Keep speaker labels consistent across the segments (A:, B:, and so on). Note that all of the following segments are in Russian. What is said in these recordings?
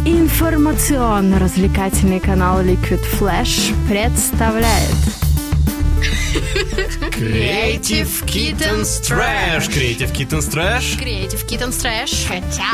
A: Информационно-развлекательный канал Liquid Flash представляет
B: Creative Kittens Trash. Creative Kittens Trash.
C: Creative Kittens Trash.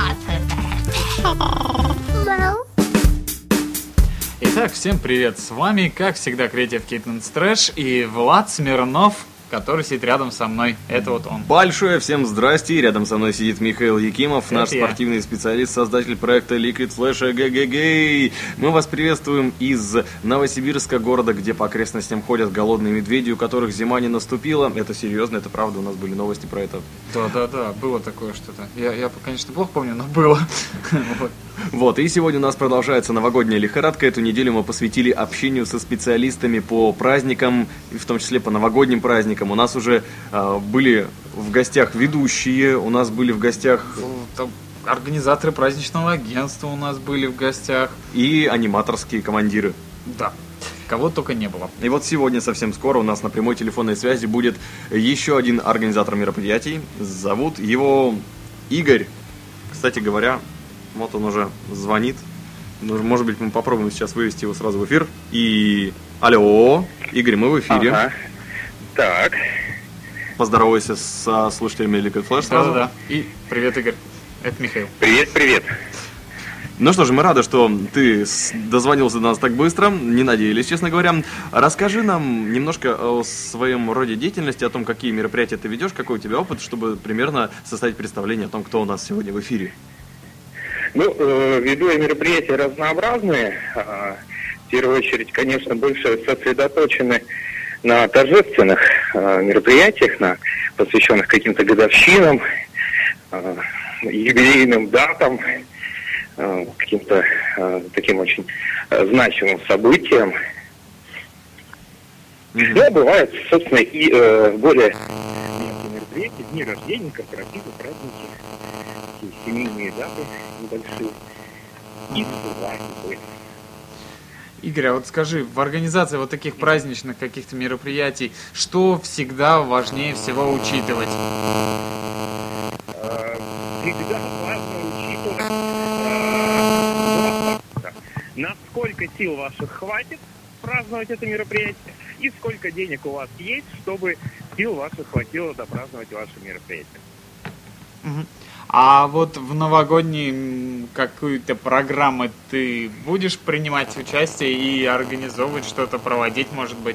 D: Итак, всем привет! С вами, как всегда, Creative Kittens Trash и Влад Смирнов, который сидит рядом со мной. Это вот он.
E: Большое всем здрасте. Рядом со мной сидит Михаил Якимов, наш спортивный специалист, создатель проекта Liquid Flash ГГГ. Мы вас приветствуем из Новосибирска, города, где по окрестностям ходят голодные медведи, у которых зима не наступила. Это серьезно, это правда, у нас были новости про это.
D: Да, было такое что-то. Я конечно, плохо помню, но было.
E: Вот, и сегодня у нас продолжается новогодняя лихорадка. Эту неделю мы посвятили общению со специалистами по праздникам, и в том числе по новогодним праздникам. У нас уже были в гостях ведущие, у нас были в гостях...
D: Организаторы праздничного агентства у нас были в гостях.
E: И аниматорские командиры.
D: Да, кого только не было.
E: И вот сегодня совсем скоро у нас на прямой телефонной связи будет еще один организатор мероприятий. Зовут его Игорь. Кстати говоря, вот он уже звонит. Может быть, мы попробуем сейчас вывести его сразу в эфир. И... Алло, Игорь, мы в эфире.
F: Ага. Так.
E: Поздоровайся со слушателями Liquid Flash сразу.
D: Да. И привет, Игорь. Это Михаил.
F: Привет.
E: Ну что ж, мы рады, что ты дозвонился до нас так быстро. Не надеялись, честно говоря. Расскажи нам немножко о своем роде деятельности, о том, какие мероприятия ты ведешь, какой у тебя опыт, чтобы примерно составить представление о том, кто у нас сегодня в эфире.
F: Веду я мероприятия разнообразные. В первую очередь, конечно, больше сосредоточены на торжественных мероприятиях, посвященных каким-то годовщинам, юбилейным датам, каким-то таким очень значимым событиям. Но бывают, собственно, и более мелкие мероприятия, дни рождения, корпоративы, праздники, семейные даты небольшие и свадьбы.
D: Игорь, а вот скажи, в организации вот таких праздничных каких-то мероприятий, что всегда важнее всего учитывать?
F: Всегда важно учитывать, насколько сил ваших хватит праздновать это мероприятие и сколько денег у вас есть, чтобы сил ваших хватило допраздновать ваше мероприятие.
D: А вот в новогодней какую-то программу ты будешь принимать участие и организовывать что-то, проводить, может быть?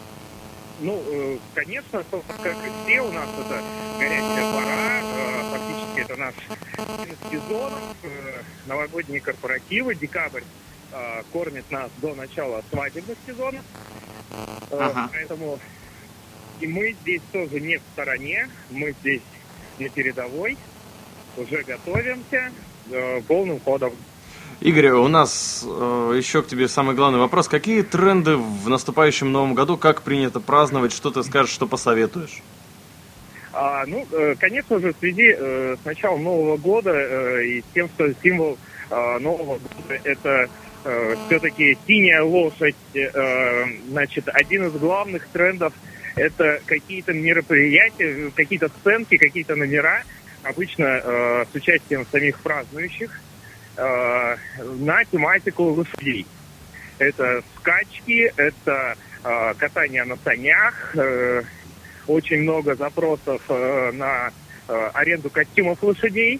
F: Конечно, как и все, у нас это горячая пора, фактически это наш сезон, новогодние корпоративы, декабрь кормит нас до начала свадебных сезонов, поэтому и мы здесь тоже не в стороне, мы здесь на передовой. Уже готовимся полным ходом.
E: Игорь, у нас еще к тебе самый главный вопрос. Какие тренды в наступающем новом году? Как принято праздновать? Что ты скажешь, что посоветуешь?
F: Конечно же, в связи с началом Нового года и с тем, что символ Нового года – это все-таки синяя лошадь, один из главных трендов – это какие-то мероприятия, какие-то сценки, какие-то номера, обычно с участием самих празднующих, на тематику лошадей. Это скачки, это катание на санях, очень много запросов на аренду костюмов лошадей.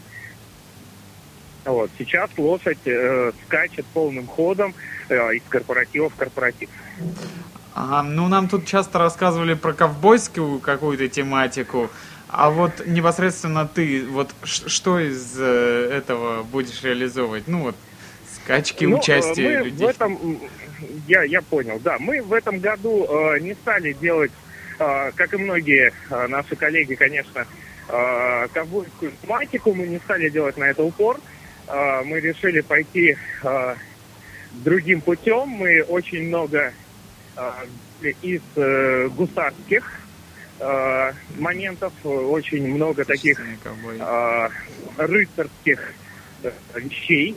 F: Сейчас лошадь скачет полным ходом из корпоратива в корпоратив.
D: Нам тут часто рассказывали про ковбойскую какую-то тематику. А вот непосредственно ты, что из этого будешь реализовывать? Скачки, участие людей.
F: В этом, я понял, да. Мы в этом году не стали делать, как и многие наши коллеги, конечно, ковбойскую тематику. Мы не стали делать на это упор. Мы решили пойти другим путем. Мы очень много из гусарских моментов, очень много таких рыцарских вещей.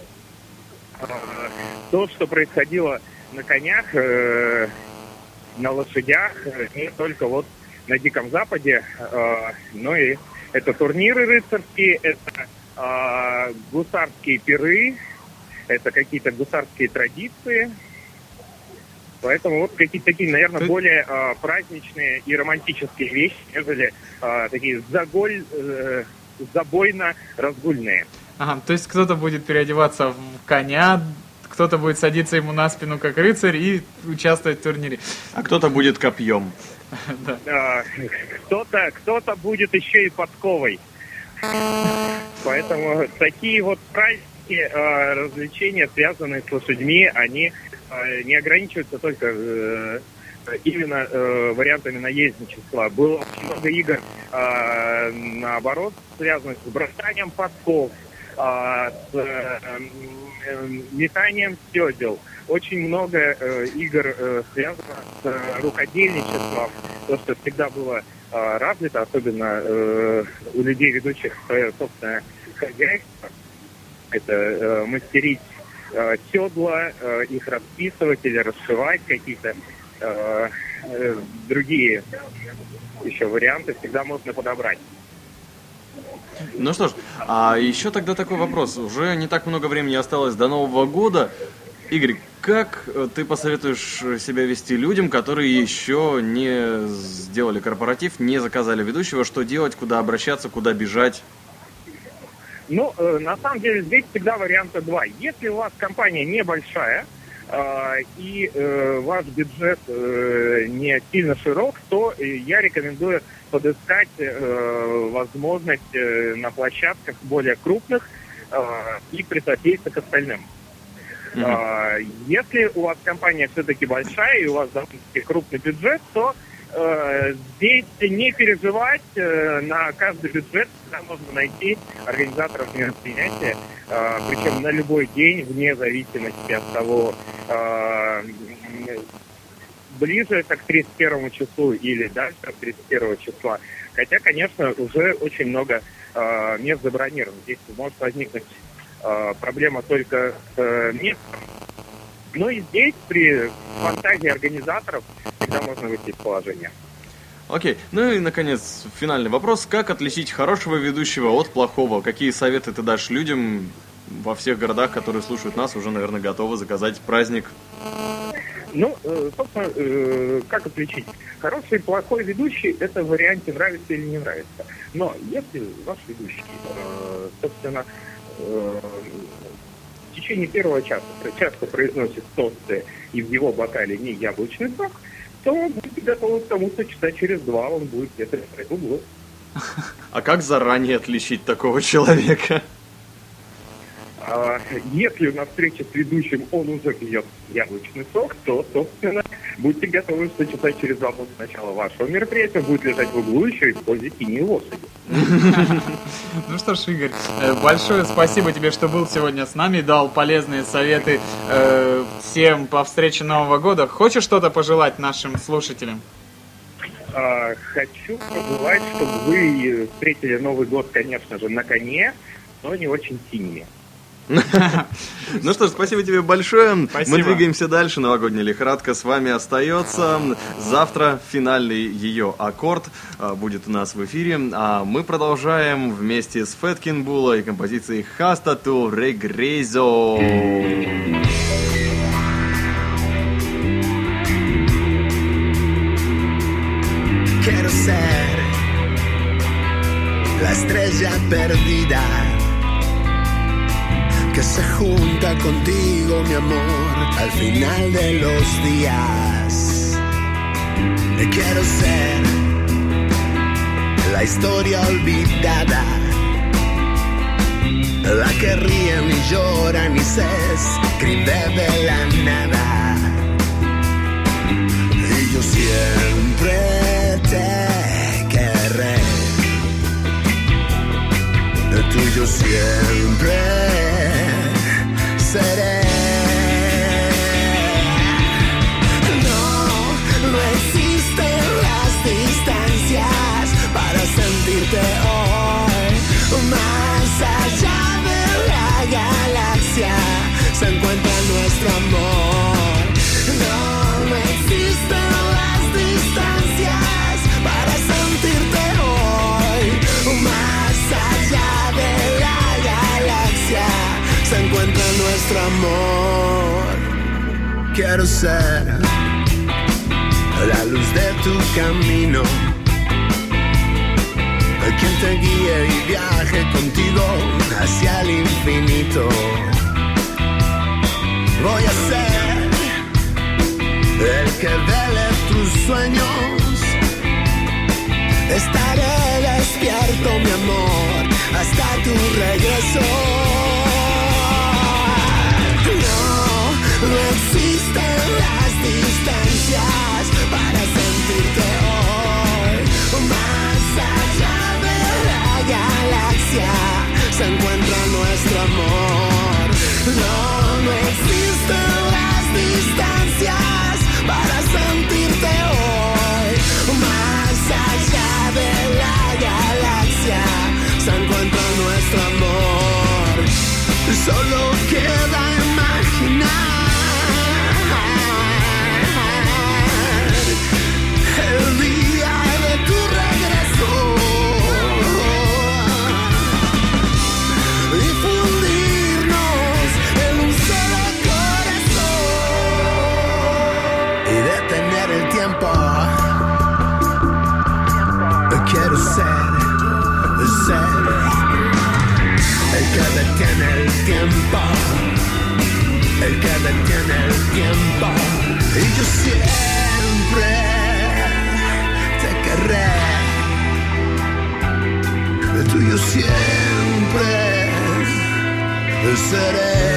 F: То, что происходило на конях, на лошадях, не только на Диком Западе, но и это турниры рыцарские, это гусарские пиры, это какие-то гусарские традиции. Поэтому вот какие-то такие, наверное, более праздничные и романтические вещи, нежели такие забойно-разгульные.
D: Ага, то есть кто-то будет переодеваться в коня, кто-то будет садиться ему на спину как рыцарь и участвовать в турнире.
E: А кто-то будет копьем.
F: Кто-то будет еще и подковой. Поэтому такие вот праздники, развлечения, связанные с лошадьми, они не ограничиваются только именно вариантами наездничества. Было очень много игр, наоборот, связанных с бросанием подков, с метанием седел. Очень много игр связано с рукодельничеством, то, что всегда было развито, особенно у людей, ведущих свое собственное хозяйство. Это мастерить седла, их расписывать или расшивать, какие-то другие еще варианты всегда можно подобрать.
E: Ну что ж, а еще тогда такой вопрос. Уже не так много времени осталось до Нового года. Игорь, как ты посоветуешь себя вести людям, которые еще не сделали корпоратив, не заказали ведущего? Что делать, куда обращаться, куда бежать?
F: Ну, на самом деле, здесь всегда варианта два. Если у вас компания небольшая, и ваш бюджет не сильно широк, то я рекомендую подыскать возможность на площадках более крупных и присоединиться к остальным. Если у вас компания все-таки большая и у вас довольно-таки крупный бюджет, то здесь не переживать, на каждый бюджет всегда можно найти организаторов мероприятия, причем на любой день, вне зависимости от того, ближе это к 31 числу или дальше от 31 числа. Хотя, конечно, уже очень много мест забронировано. Здесь может возникнуть проблема только с местом. Ну и здесь при фантазии организаторов всегда можно выйти из положения.
E: Окей, ну и, наконец, финальный вопрос. Как отличить хорошего ведущего от плохого? Какие советы ты дашь людям во всех городах, которые слушают нас, уже, наверное, готовы заказать праздник?
F: Ну, собственно, как отличить? Хороший и плохой ведущий – это в варианте нравится или не нравится. Но если ваш ведущий, собственно, в течение первого часа часто произносит тосты и в его бокале не яблочный сок, то будьте готовы к тому, что часа через 2 он будет где-то в углу.
E: А как заранее отличить такого человека?
F: Если на встрече с ведущим он уже пьет яблочный сок, то, собственно, будьте готовы, что часа через 2 после начала вашего мероприятия будет лежать в углу еще и в позе синей лошади.
D: Ну что ж, Игорь, большое спасибо тебе, что был сегодня с нами, дал полезные советы всем по встрече Нового года. Хочешь что-то пожелать нашим слушателям?
F: Хочу пожелать, чтобы вы встретили Новый год, конечно же, на коне, но не очень синими.
E: Ну что ж, спасибо тебе большое.
D: Спасибо.
E: Мы двигаемся дальше. Новогодняя лихорадка с вами остается. Завтра финальный ее аккорд будет у нас в эфире. А мы продолжаем вместе с Фэткин Була и композицией «Hasta tu regreso».
C: Quiero ser la estrella perdida que se junta contigo, mi amor, al final de los días. Quiero ser la historia olvidada, la que ríen y lloran y se escribe de la nada. Y yo siempre te querré, tuyo siempre seré. No existen las distancias para sentirte hoy. Más allá de la galaxia se encuentra nuestro amor. No existen las distancias para sentirte hoy. Más allá de la galaxia se encuentra nuestro amor. quiero ser la luz de tu camino, quien te guíe y viaje contigo hacia el infinito. Voy a ser el que vele tus sueños. Estaré despierto, mi amor, hasta tu regreso. No existen las distancias para sentirte hoy. Más allá de la galaxia se encuentra nuestro amor. No existen las distancias para sentirte hoy. Más allá de la galaxia se encuentra nuestro amor. Solo queda imaginar el día de tu regreso y fundirnos en un solo corazón y detener el tiempo. Quiero ser el que detiene el tiempo, el que detiene el tiempo. Y yo siempre te querré, tuyo siempre seré.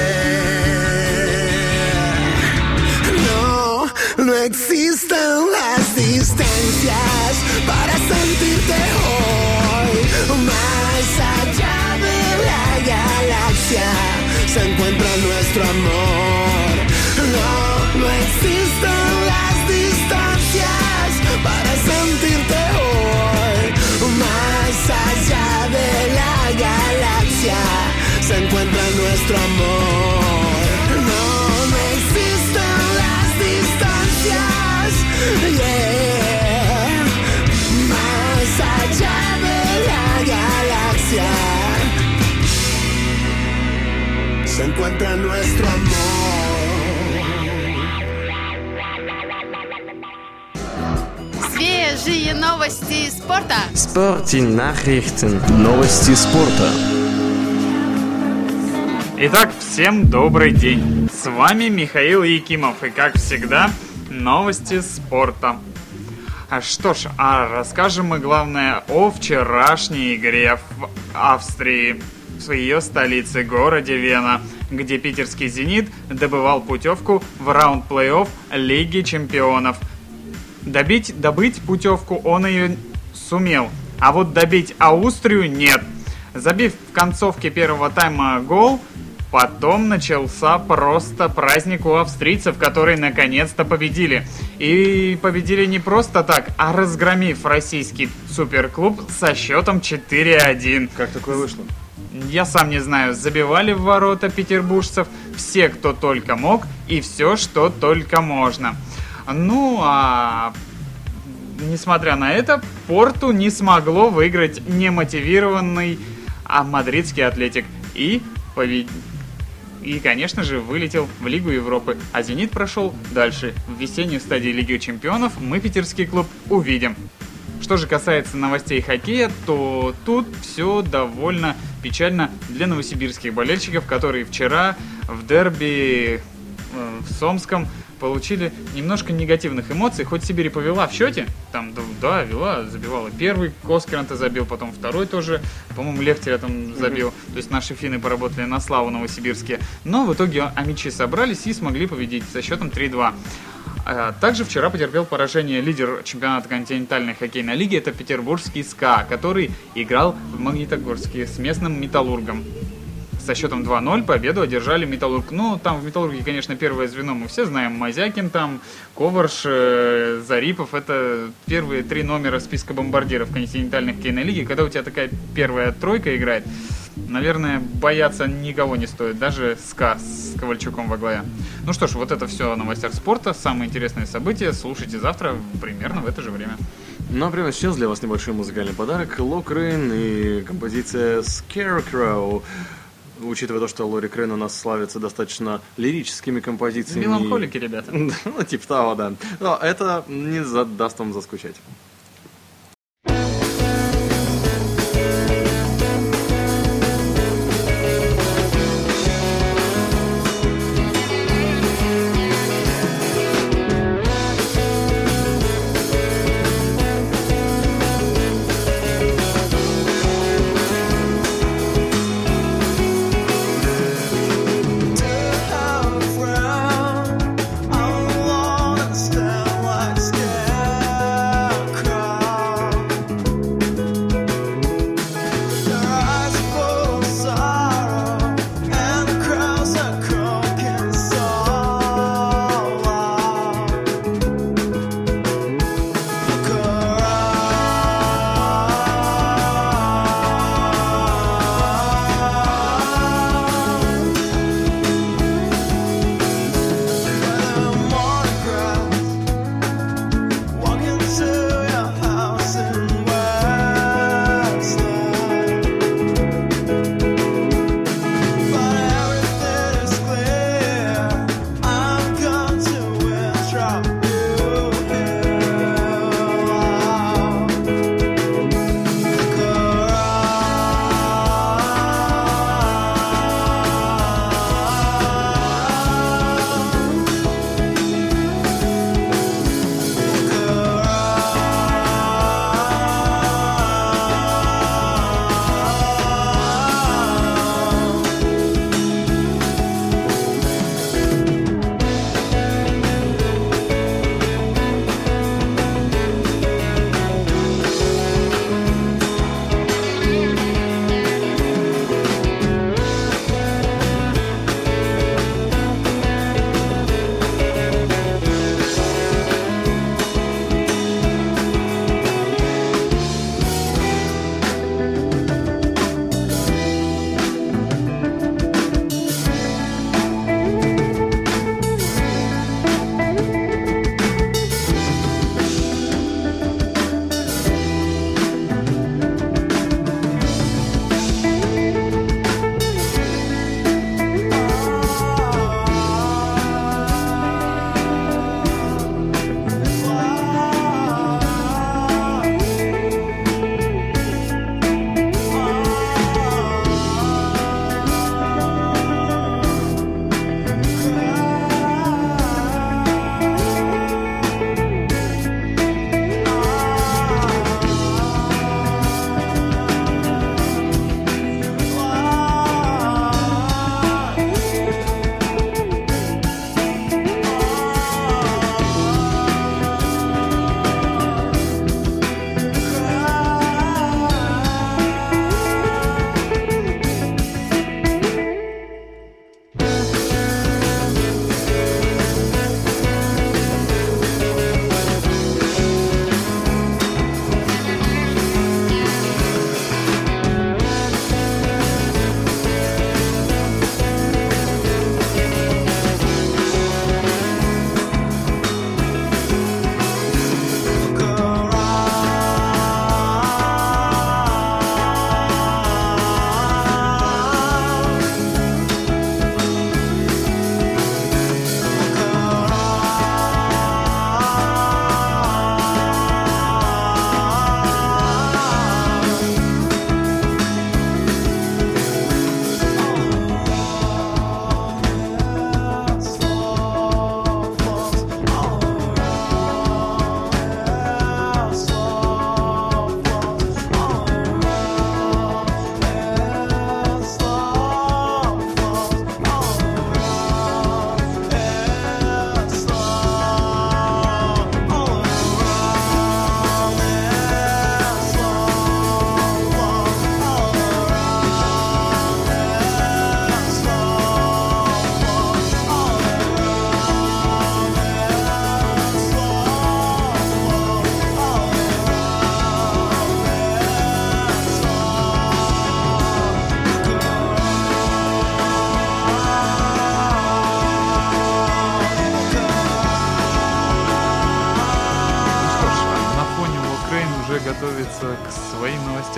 C: No existen las distancias para sentirte hoy. Más allá de la galaxia se encuentra nuestro amor. No existen las distancias para sentirte hoy. Más allá de la galaxia se encuentra nuestro amor. No existen las distancias, yeah. Más allá de la galaxia se encuentra nuestro amor.
A: Свежие новости спорта.
B: Спортнachrichten. Новости спорта.
D: Итак, всем добрый день. С вами Михаил Якимов и, как всегда, новости спорта. Что ж, расскажем мы, главное, о вчерашней игре в Австрии, в ее столице, городе Вена, где питерский «Зенит» добывал путевку в раунд плей-офф Лиги Чемпионов. Добыть путевку он ее сумел, а вот добить Аустрию нет. Забив в концовке первого тайма гол, потом начался просто праздник у австрийцев, которые наконец-то победили. И победили не просто так, а разгромив российский суперклуб со счетом 4-1.
E: Как такое вышло?
D: Я сам не знаю, забивали в ворота петербуржцев все, кто только мог, и все, что только можно. Ну, а несмотря на это, Порту не смогло выиграть немотивированный мадридский Атлетик. И, конечно же, вылетел в Лигу Европы. А «Зенит» прошел дальше. В весенней стадии Лиги Чемпионов мы питерский клуб увидим. Что же касается новостей хоккея, то тут все довольно печально для новосибирских болельщиков, которые вчера в дерби в Сомском получили немножко негативных эмоций. Хоть Сибирь и повела в счете, там, да, вела, забивала первый, Коскеранта забил, потом второй тоже, по-моему, Лехтеря там забил. То есть наши финны поработали на славу новосибирские. Но в итоге амичи собрались и смогли победить со счетом 3-2. Также вчера потерпел поражение лидер чемпионата континентальной хоккейной лиги, это петербургский СКА, который играл в Магнитогорске с местным Металлургом. Со счетом 2-0 победу одержали Металлург. Ну, там в Металлурге, конечно, первое звено мы все знаем. Мазякин там, Коварш, Зарипов. Это первые 3 номера списка бомбардиров континентальной хоккейной лиги. Когда у тебя такая первая тройка играет, наверное, бояться никого не стоит. Даже СКА с Ковальчуком во главе. Ну что ж, вот это все о новостях спорта. Самые интересные события слушайте завтра примерно в это же время.
E: Ну а прямо сейчас для вас небольшой музыкальный подарок. Локрейн и композиция Scarecrow. учитывая то, что Лори Крейн у нас славится достаточно лирическими композициями.
D: Меланхолики, ребята.
E: Ну, типа того, да. Но это не даст вам заскучать.
G: Stand like scarecrow.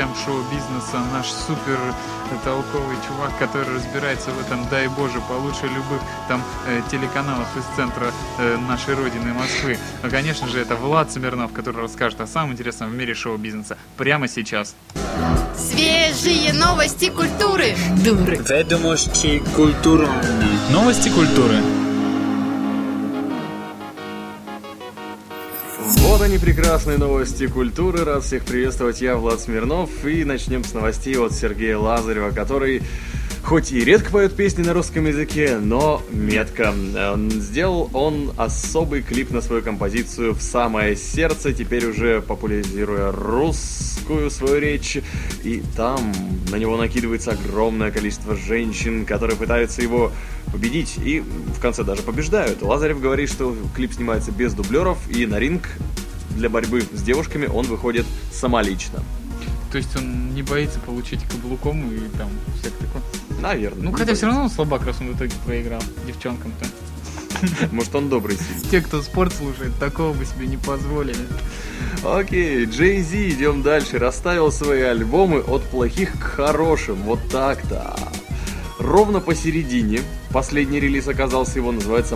D: новостям шоу-бизнеса наш супер толковый чувак, который разбирается в этом, дай боже, получше любых там телеканалов из центра нашей родины Москвы. Но, конечно же, это Влад Смирнов, который расскажет о самом интересном в мире шоу-бизнеса прямо сейчас.
A: Свежие новости культуры. Дуры.
G: Ведомости культурные.
B: Новости культуры.
E: Вот они, прекрасные новости культуры. Рад всех приветствовать, я Влад Смирнов. И начнем с новостей от Сергея Лазарева, который хоть и редко поет песни на русском языке, но метко. Сделал он особый клип на свою композицию «В самое сердце», теперь уже популяризируя русскую свою речь. И там на него накидывается огромное количество женщин, которые пытаются его победить и в конце даже побеждают. Лазарев говорит, что клип снимается без дублеров, и на ринг для борьбы с девушками он выходит самолично.
D: То есть он не боится получить каблуком и там всякое такое?
E: Наверное.
D: Ну, хотя все равно он слабак, раз он в итоге проиграл девчонкам-то.
E: Может, он добрый сильный.
D: Те, кто спорт слушает, такого бы себе не позволили.
E: Окей, Jay Z, идем дальше. Расставил свои альбомы от плохих к хорошим. Вот так-то. Ровно посередине. Последний релиз оказался его, называется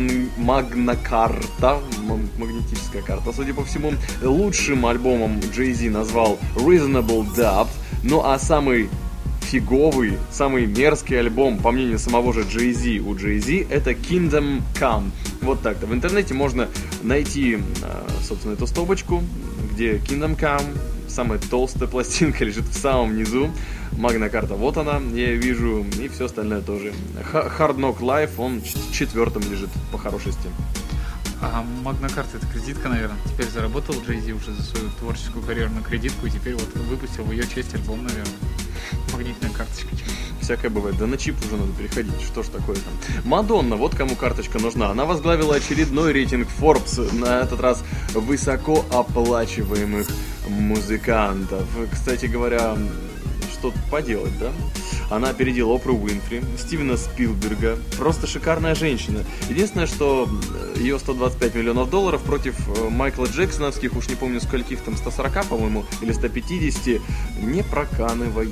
E: Magna Carta. Магнетическая карта, судя по всему. Лучшим альбомом Jay Z назвал Reasonable Doubt. Ну а самый фиговый, самый мерзкий альбом, по мнению самого же Jay Z, у Jay Z, это Kingdom Come. Вот так-то. В интернете можно найти, собственно, эту стопочку, где Kingdom Come, самая толстая пластинка, лежит в самом низу. Magna Carta, вот она, я ее вижу, и все остальное тоже. Hard Knock Life, он четвертым лежит по хорошести.
D: А Magna Carta это кредитка, наверное. Теперь заработал Jay Z уже за свою творческую карьеру на кредитку, и теперь вот выпустил в ее честь альбом, наверное. Магнитная карточка.
E: Всякое бывает. Да на чип уже надо переходить. Что ж такое там? Мадонна, вот кому карточка нужна. Она возглавила очередной рейтинг Forbes. На этот раз высокооплачиваемых музыкантов. Кстати говоря, что поделать, да? Она опередила Опру Уинфри, Стивена Спилберга. Просто шикарная женщина. Единственное, что ее $125 миллионов против Майкла Джексоновских, уж не помню скольких там, 140, по-моему, или 150, не проканывают.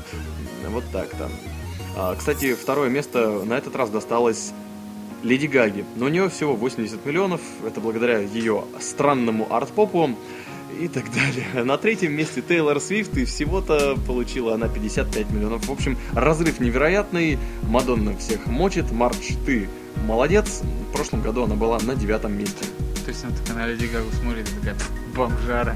E: Вот так-то. Кстати, второе место на этот раз досталось Леди Гаге. Но у нее всего 80 миллионов. Это благодаря ее странному арт-попу и так далее. На третьем месте Тейлор Свифт, и всего-то получила она 55 миллионов. В общем, разрыв невероятный. Мадонна всех мочит. Марч, ты молодец. В прошлом году она была на 9 месте.
D: То есть она такая на Леди Гагу смотрит и такая: бомжара.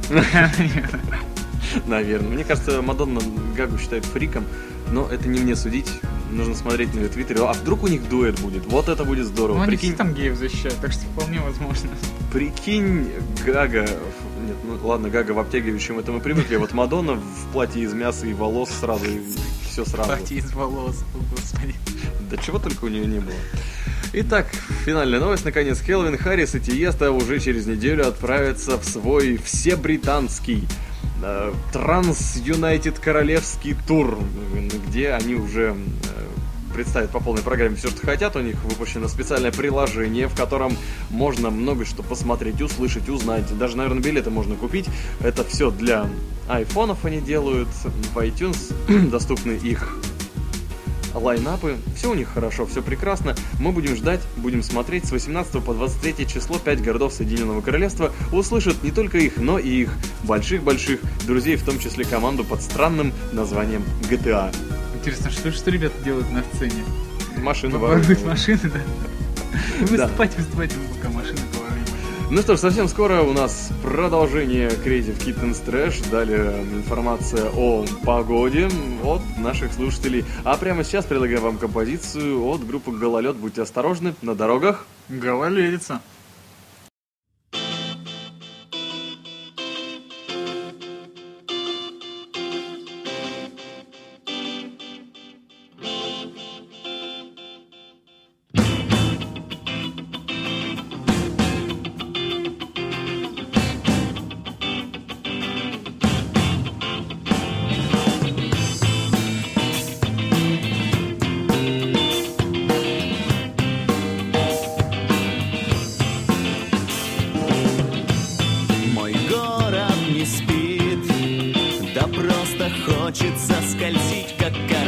E: Наверное. Мне кажется, Мадонна Гагу считает фриком, но это не мне судить. Нужно смотреть на ее твиттере. А вдруг у них дуэт будет? Вот это будет здорово.
D: Ну, они все там геев защищают, так что вполне возможно.
E: Прикинь, Гага... Нет, ну ладно, Гага в обтягивающем, это мы привыкли. Вот Мадонна в платье из мяса и волос сразу, и все сразу.
D: Платье из волос, о господи.
E: Да чего только у нее не было. Итак, финальная новость. Наконец, Келвин Харрис и Тиеста уже через неделю отправятся в свой всебританский Транс-Юнайтед Королевский тур, где они уже представят по полной программе все, что хотят. У них выпущено специальное приложение, в котором можно много что посмотреть, услышать, узнать. Даже, наверное, билеты можно купить. Это все для айфонов они делают. В iTunes доступны их лайнапы. Все у них хорошо, все прекрасно. Мы будем ждать, будем смотреть. С 18 по 23 число 5 городов Соединенного Королевства услышат не только их, но и их больших-больших друзей, в том числе команду под странным названием GTA.
D: Интересно, что ребята делают на сцене?
E: Машины
D: воруют. Машины, да?
E: Выступать,
D: пока машины воруют.
E: Ну что ж, совсем скоро у нас продолжение Creative Kittens Trash. Далее информация о погоде от наших слушателей. А прямо сейчас предлагаю вам композицию от группы Гололед. Будьте осторожны на дорогах.
D: Гололедица.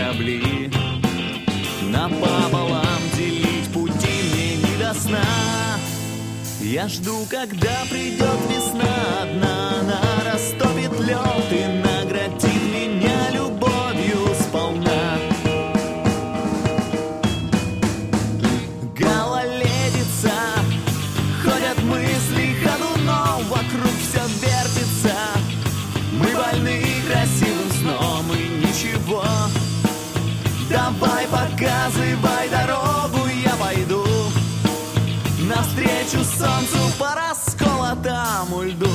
H: корабли. Напополам делить пути мне не до сна. Я жду, когда придет весна одна, она растопит лед и наградит меня любовью сполна. Гололедица, ходят мысли ходуном, вокруг все вертится. Мы больны красивым сном и ничего. Давай показывай дорогу, я пойду навстречу солнцу по расколотому льду.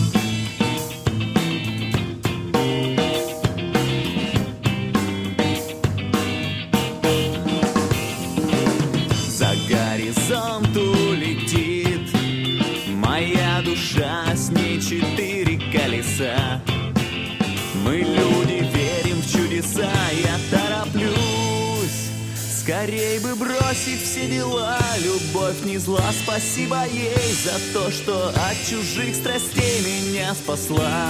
H: За горизонт улетит моя душа, с ней 4 колеса. Мы, люди, верим в чудеса, я тороплюсь. Скорей бы бросить все дела, любовь не зла, спасибо ей за то, что от чужих страстей меня спасла.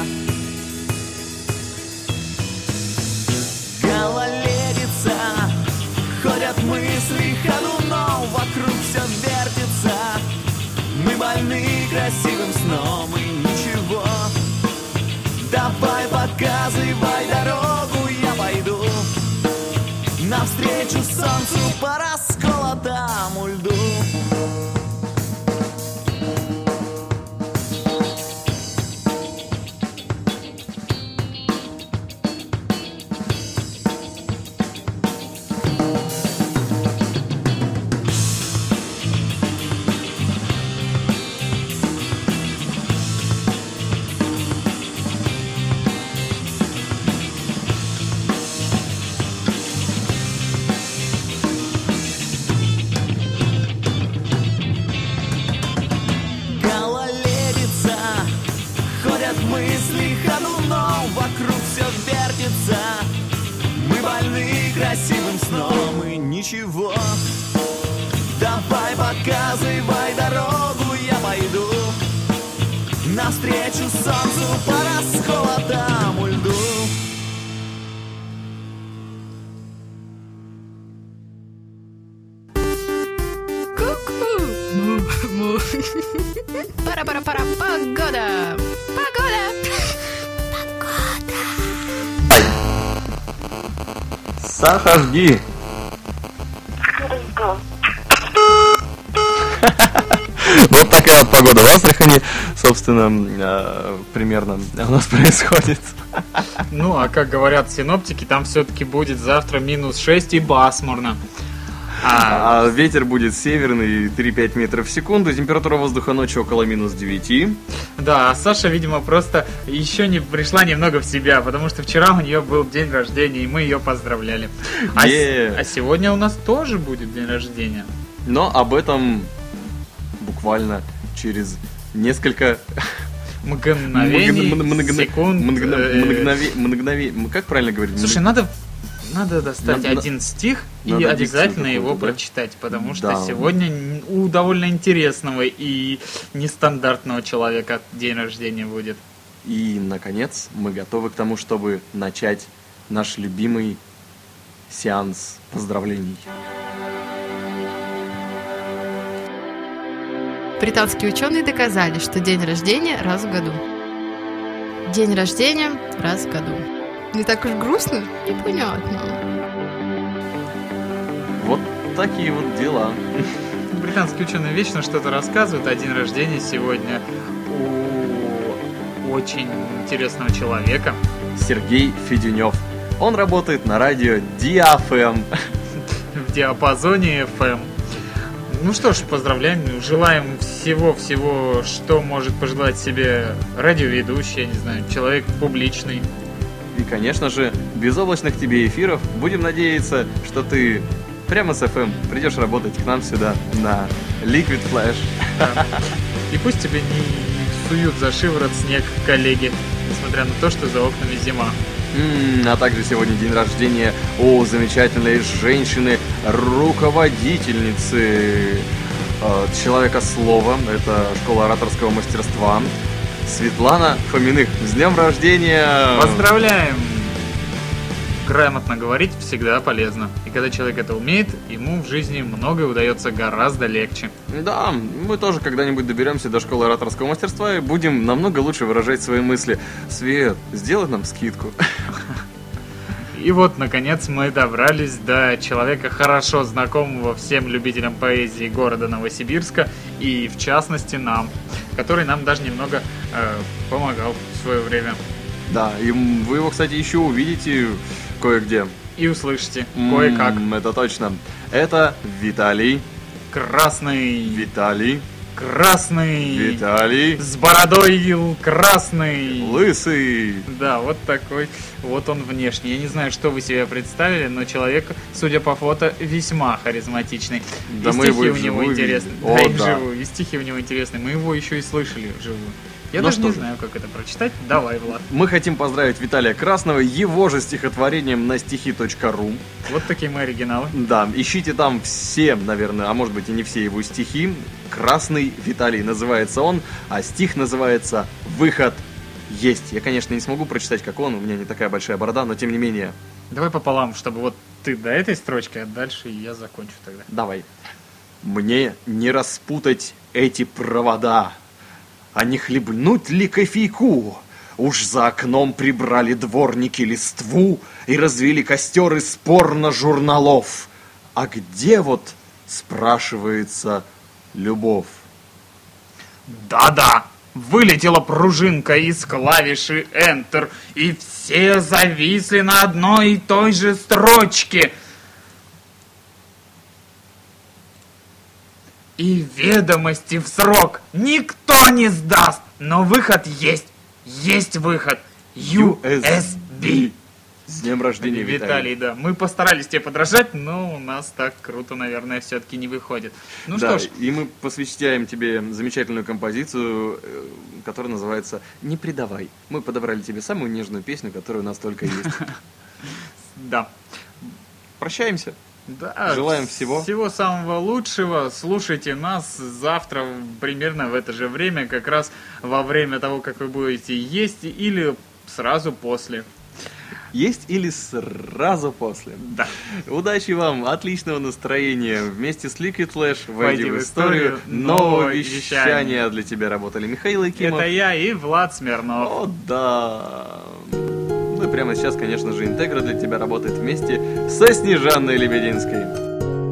H: Гололедица, ходят мысли ходуном, вокруг все вертится. Мы больны красивым сном и ничего. Давай показывай дорогу, я пойду навстречу солнцу по расколотому льду. Мысли ходуном, вокруг все вертится. Мы больны красивым сном и ничего. Давай показывай дорогу, я пойду навстречу солнцу по расколотому льду.
A: Ку-ку. Пара-пара-пара, погода.
E: Саша, жди. Вот такая вот погода в Астрахани, собственно, примерно у нас происходит.
D: Ну, а как говорят синоптики, там все-таки будет завтра -6 и басмурно.
E: А ветер будет северный, 3-5 метров в секунду, температура воздуха ночью около -9.
D: Да, а Саша, видимо, просто еще не пришла немного в себя, потому что вчера у нее был день рождения, и мы ее поздравляли. А сегодня у нас тоже будет день рождения.
E: Но об этом буквально через несколько
D: мгновений, секунд.
E: Мгновений. Как правильно говорить?
D: Слушай, надо достать один стих и обязательно его прочитать, потому что сегодня у довольно интересного и нестандартного человека день рождения будет.
E: И, наконец, мы готовы к тому, чтобы начать наш любимый сеанс поздравлений.
A: Британские ученые доказали, что день рождения раз в году. День рождения раз в году. Не так уж грустно и понятно.
E: Вот такие вот дела.
D: Британские ученые вечно что-то рассказывают, а день рождения сегодня у очень интересного человека.
E: Сергей Федюнев. Он работает на радио DFM.
D: В диапазоне FM. Ну что ж, поздравляем, желаем всего-всего, что может пожелать себе радиоведущий, я не знаю, человек публичный.
E: И, конечно же, безоблачных тебе эфиров. Будем надеяться, что ты прямо с FM придешь работать к нам сюда, на Liquid Flash.
D: Да. И пусть тебе не суют за шиворот снег коллеги, несмотря на то, что за окнами зима.
E: А также сегодня день рождения у замечательной женщины, руководительницы человека слова. Это школа ораторского мастерства. Светлана Фоминых. С днем рождения!
D: Поздравляем! Грамотно говорить всегда полезно. И когда человек это умеет, ему в жизни многое удается гораздо легче.
E: Да, мы тоже когда-нибудь доберемся до школы ораторского мастерства и будем намного лучше выражать свои мысли. Свет, сделай нам скидку.
D: И вот, наконец, мы добрались до человека, хорошо знакомого всем любителям поэзии города Новосибирска, и в частности нам, который нам даже немного помогал в свое время.
E: Да, и вы его, кстати, еще увидите кое-где.
D: И услышите кое-как.
E: Это точно. Это Виталий.
D: Красный.
E: Виталий.
D: Красный.
E: Виталий.
D: С бородой красный.
E: Лысый.
D: Да, вот такой. Вот он внешне. Я не знаю, что вы себе представили, но человек, судя по фото, весьма харизматичный.
E: Да,
D: и
E: мы
D: стихи
E: его
D: у него интересные.
E: О,
D: да, и
E: да.
D: вживую. И стихи у него интересные. Мы его еще и слышали вживую. Я
E: Ну
D: даже
E: что
D: не
E: же.
D: знаю, как это прочитать. Давай, Влад.
E: Мы хотим поздравить Виталия Красного его же стихотворением на стихи.ру.
D: Вот такие мы оригиналы.
E: Да, ищите там все, наверное, а может быть и не все его стихи. Красный Виталий называется он, а стих называется «Выход есть». Я, конечно, не смогу прочитать, как он, у меня не такая большая борода, но тем не менее.
D: Давай пополам, чтобы вот ты до этой строчки, а дальше я закончу тогда.
E: Давай. Мне не распутать эти провода, а не хлебнуть ли кофейку? Уж за окном прибрали дворники листву и развели костер из порно-журналов. А где вот, спрашивается, любовь?
D: Да-да, вылетела пружинка из клавиши Enter, и все зависли на одной и той же строчке. И ведомости в срок никто не сдаст, но выход есть. Есть выход. USB.
E: С днем рождения, Виталий.
D: Да. Мы постарались тебе подражать, но у нас так круто, наверное, все-таки не выходит. Ну
E: Да,
D: что ж.
E: и мы посвящаем тебе замечательную композицию, которая называется «Не предавай». Мы подобрали тебе самую нежную песню, которая у нас только есть.
D: Да.
E: Прощаемся.
D: Да,
E: Желаем всего.
D: Всего самого лучшего. Слушайте нас завтра примерно в это же время, как раз во время того, как вы будете есть, или сразу после.
E: Есть или сразу после.
D: Да.
E: Удачи вам, отличного настроения. Вместе с Liquid Flash войди
D: Войди
E: в
D: в
E: историю
D: историю
E: нового
D: нового
E: вещания.
D: вещания.
E: Для тебя работали Михаил Якимов.
D: Это я и Влад Смирнов.
E: О, да. Ну и прямо сейчас, конечно же, Интегра для тебя работает вместе со Снежанной Лебединской.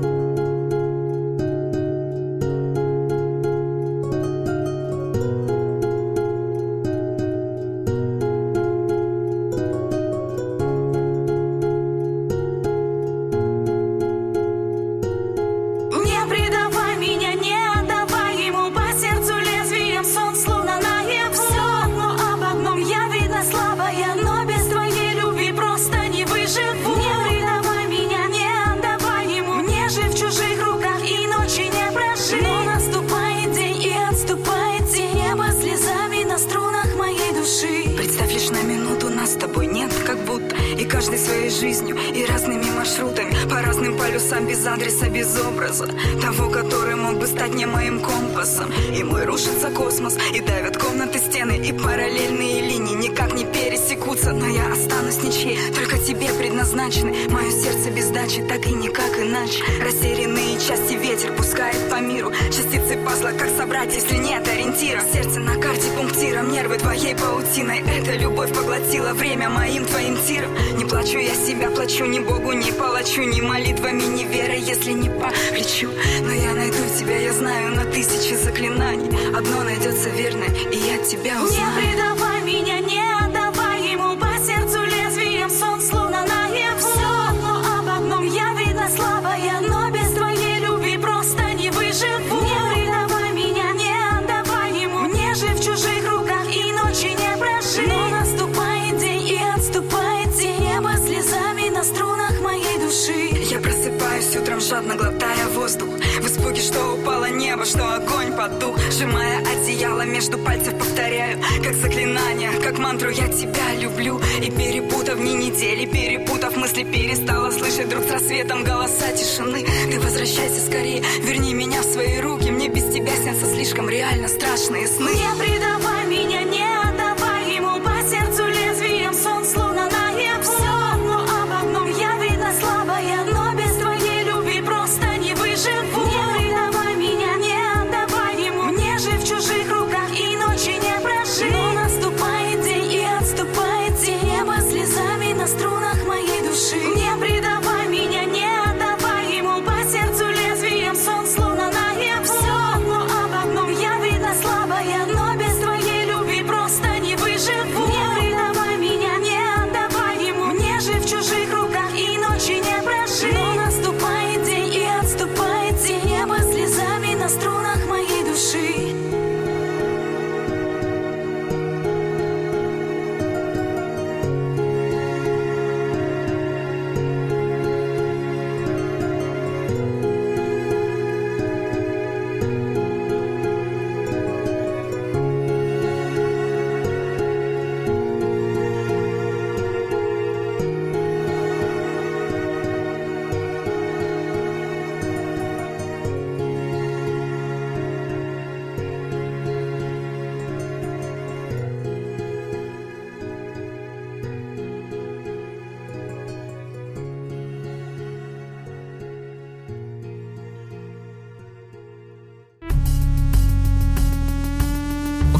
I: Не предавай меня, не отдавай ему по сердцу лезвием сон, словно наяву. Все одно об одном, я видно слабая, но без твоей любви просто не выживу. Не предавай меня, не отдавай ему, мне же в чужих руках и ночи не прожить. Но наступает день и отступает тень, небо слезами на струнах моей души.
J: Представь лишь на минуту, нас с тобой нет, как будто. И каждый своей жизнью, и разными маршрутами, по разным полюсам, без адреса, без образа того, который мог бы стать не моим компасом. И мой рушится космос, и давят комнаты, стены, и параллельные линии никак не пересекутся. Но я останусь ничьей, только тебе предназначены. Мое сердце без дачи, так и никак иначе. Растерянные части ветер пускает по миру. Частицы пазла, как собрать, если нет ориентира. Сердце на карте пунктиром, нервы твоей паутиной. Эта любовь поглотила время моим твоим тиром. Не плачу я себя, плачу ни Богу, ни палачу, ни молитвами, ни верой, если не по плечу. Но я найду тебя, я знаю, на тысячи заклинаний. Одно найдется верное, и я тебя узнаю.
I: Не предавай меня, не отдавай ему по сердцу лезвием сон, словно наяву. Все одно об одном, я видно слабая, но без твоей любви просто не выживу. Не предавай меня, не отдавай ему, мне же в чужих руках и ночи не прожить. Но наступает день и отступает тень, небо слезами на струнах моей души.
J: Я просыпаюсь утром, жадно глотая воздух. В испуге, что упало небо, что огонь потух. Сжимая одеяло между пальцев, повторяю, как заклинание, как мантру, я тебя люблю. И перепутав дни недели, перепутав мысли, перестала слышать вдруг с рассветом голоса тишины. Ты возвращайся скорее, верни меня в свои руки. Мне без тебя снятся слишком реально страшные сны.
I: Не предавай меня, не отдавай ему по сердцу лезвием сон, словно наяву. Все одно об одном,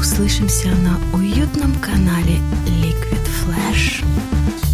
K: услышимся на уютном канале Liquid Flash.